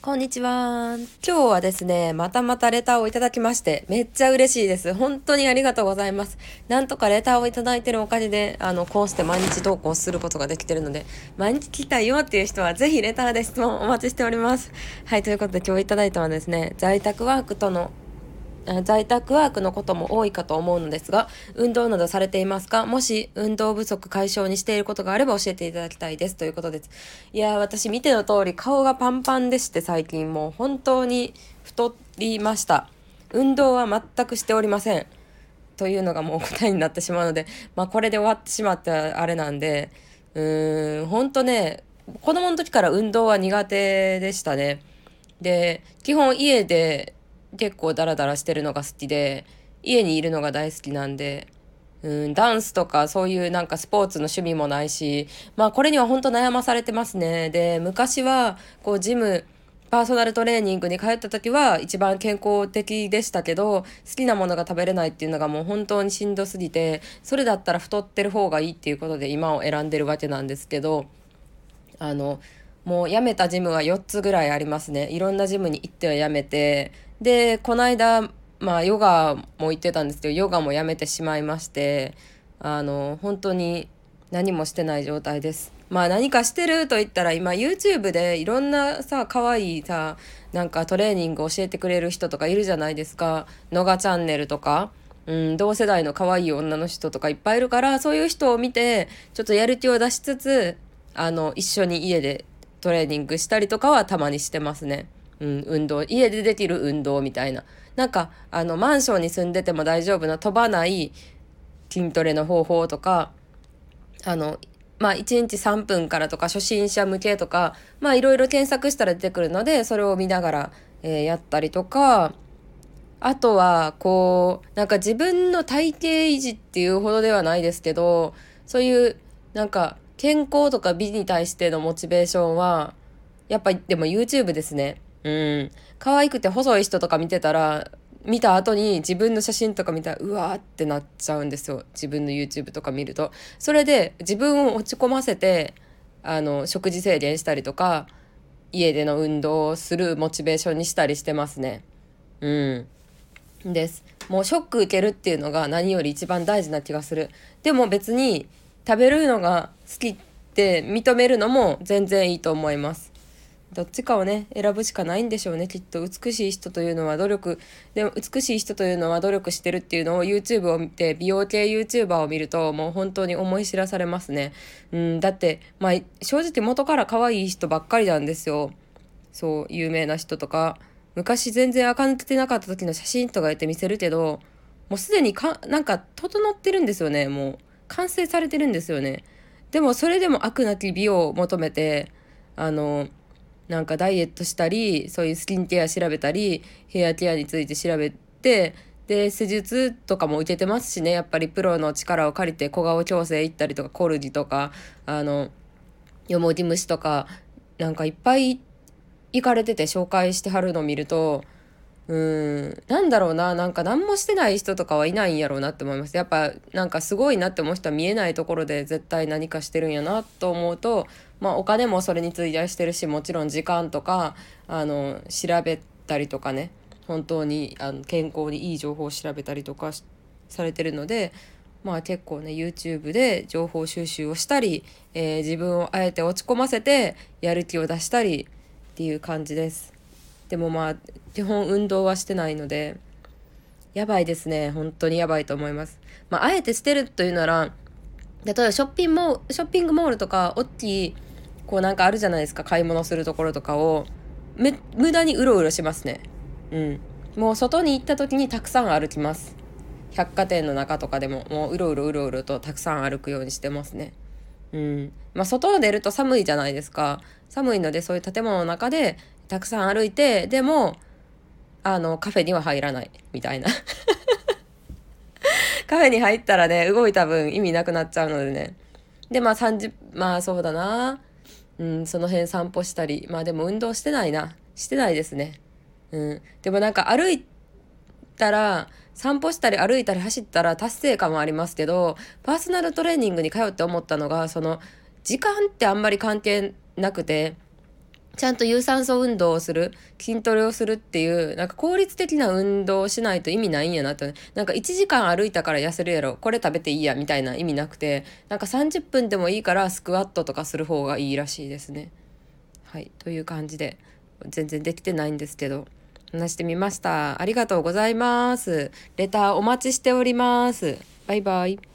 こんにちは。今日はですね、またまたレターをいただきまして、めっちゃ嬉しいです。本当にありがとうございます。なんとかレターをいただいてるおかげで、こうして毎日投稿することができてるので、毎日聞きたいよっていう人は、ぜひレターで質問お待ちしております。はい、ということで今日いただいたのはですね、在宅ワークのことも多いかと思うのですが、運動などされていますか？もし運動不足解消にしていることがあれば教えていただきたいですということです。いやー、私見ての通り顔がパンパンでして、最近もう本当に太りました。運動は全くしておりませんというのがもう答えになってしまうので、これで終わってしまったあれなんで、本当ね、子供の時から運動は苦手でしたね。で、基本家で結構ダラダラしてるのが好きで、家にいるのが大好きなんで、ダンスとかそういうなんかスポーツの趣味もないし、これには本当悩まされてますね。で、昔はこうジム、パーソナルトレーニングに通った時は一番健康的でしたけど、好きなものが食べれないっていうのがもう本当にしんどすぎて、それだったら太ってる方がいいっていうことで今を選んでるわけなんですけど、あの、もう辞めたジムは4つぐらいありますね。いろんなジムに行っては辞めて、で、この間、ヨガも行ってたんですけど、ヨガも辞めてしまいまして、本当に何もしてない状態です。何かしてると言ったら今 YouTube でいろんなさ、可愛いさ、なんかトレーニング教えてくれる人とかいるじゃないですか。ノガチャンネルとか。同世代の可愛い女の人とかいっぱいいるから、そういう人を見て、ちょっとやる気を出しつつ、一緒に家でトレーニングしたりとかはたまにしてますね。運動。家でできる運動みたいな。なんか、マンションに住んでても大丈夫な飛ばない筋トレの方法とか、あの、1日3分からとか、初心者向けとか、いろいろ検索したら出てくるので、それを見ながら、やったりとか、あとは、こう、なんか自分の体型維持っていうほどではないですけど、そういう、なんか、健康とか美に対してのモチベーションは、やっぱりでも YouTube ですね。可愛くて細い人とか見てたら、見た後に自分の写真とか見たら、うわーってなっちゃうんですよ。自分の YouTube とか見ると。それで自分を落ち込ませて、食事制限したりとか、家での運動をするモチベーションにしたりしてますね。うん。です。もうショック受けるっていうのが何より一番大事な気がする。でも別に食べるのが好きって認めるのも全然いいと思います。どっちかをね、選ぶしかないんでしょうね、きっと。美しい人というのは努力、でも美しい人というのは努力してるっていうのを YouTube を見て、美容系 YouTuber を見るともう本当に思い知らされますね。だって、正直元から可愛い人ばっかりなんですよ。そう、有名な人とか。昔全然垢抜けてなかった時の写真とか言って見せるけど、もうすでになんか整ってるんですよね。もう完成されてるんですよね。でもそれでも飽くなき美を求めて、あの、なんかダイエットしたり、そういうスキンケア調べたり、ヘアケアについて調べて、で、施術とかも受けてますしね。やっぱりプロの力を借りて小顔矯正行ったりとか、コルギとか、よもぎ虫とか、なんかいっぱい行かれてて紹介してはるのを見ると、なんだろうな、なんか何もしてない人とかはいないんやろうなって思います。やっぱなんかすごいなって思う人は見えないところで絶対何かしてるんやなと思うと、お金もそれに費やしてるし、もちろん時間とか、調べたりとかね、本当に健康にいい情報を調べたりとかされてるので、結構ね YouTube で情報収集をしたり、自分をあえて落ち込ませてやる気を出したりっていう感じです。でも基本運動はしてないので、やばいですね。本当にやばいと思います。あえてしてるというなら、例えばショッピングモールとか大きいこうなんかあるじゃないですか、買い物するところとかを無駄にうろうろしますね。もう外に行った時にたくさん歩きます。百貨店の中とかでももううろうろとたくさん歩くようにしてますね。外を出ると寒いじゃないですか。寒いのでそういう建物の中でたくさん歩いて、でもカフェには入らないみたいな。カフェに入ったらね、動いた分意味なくなっちゃうのでね。で30、そうだな、その辺散歩したり、でも運動してないですね。でもなんか歩いたら、散歩したり歩いたり走ったら達成感はありますけど、パーソナルトレーニングに通って思ったのが、その時間ってあんまり関係なくて、 ちゃんと有酸素運動をする、筋トレをするっていう、なんか効率的な運動をしないと意味ないんやなとね。なんか1時間歩いたから痩せるやろ、これ食べていいやみたいな意味なくて、なんか30分でもいいからスクワットとかする方がいいらしいですね。はい、という感じで、全然できてないんですけど、話してみました。ありがとうございます。レターお待ちしております。バイバイ。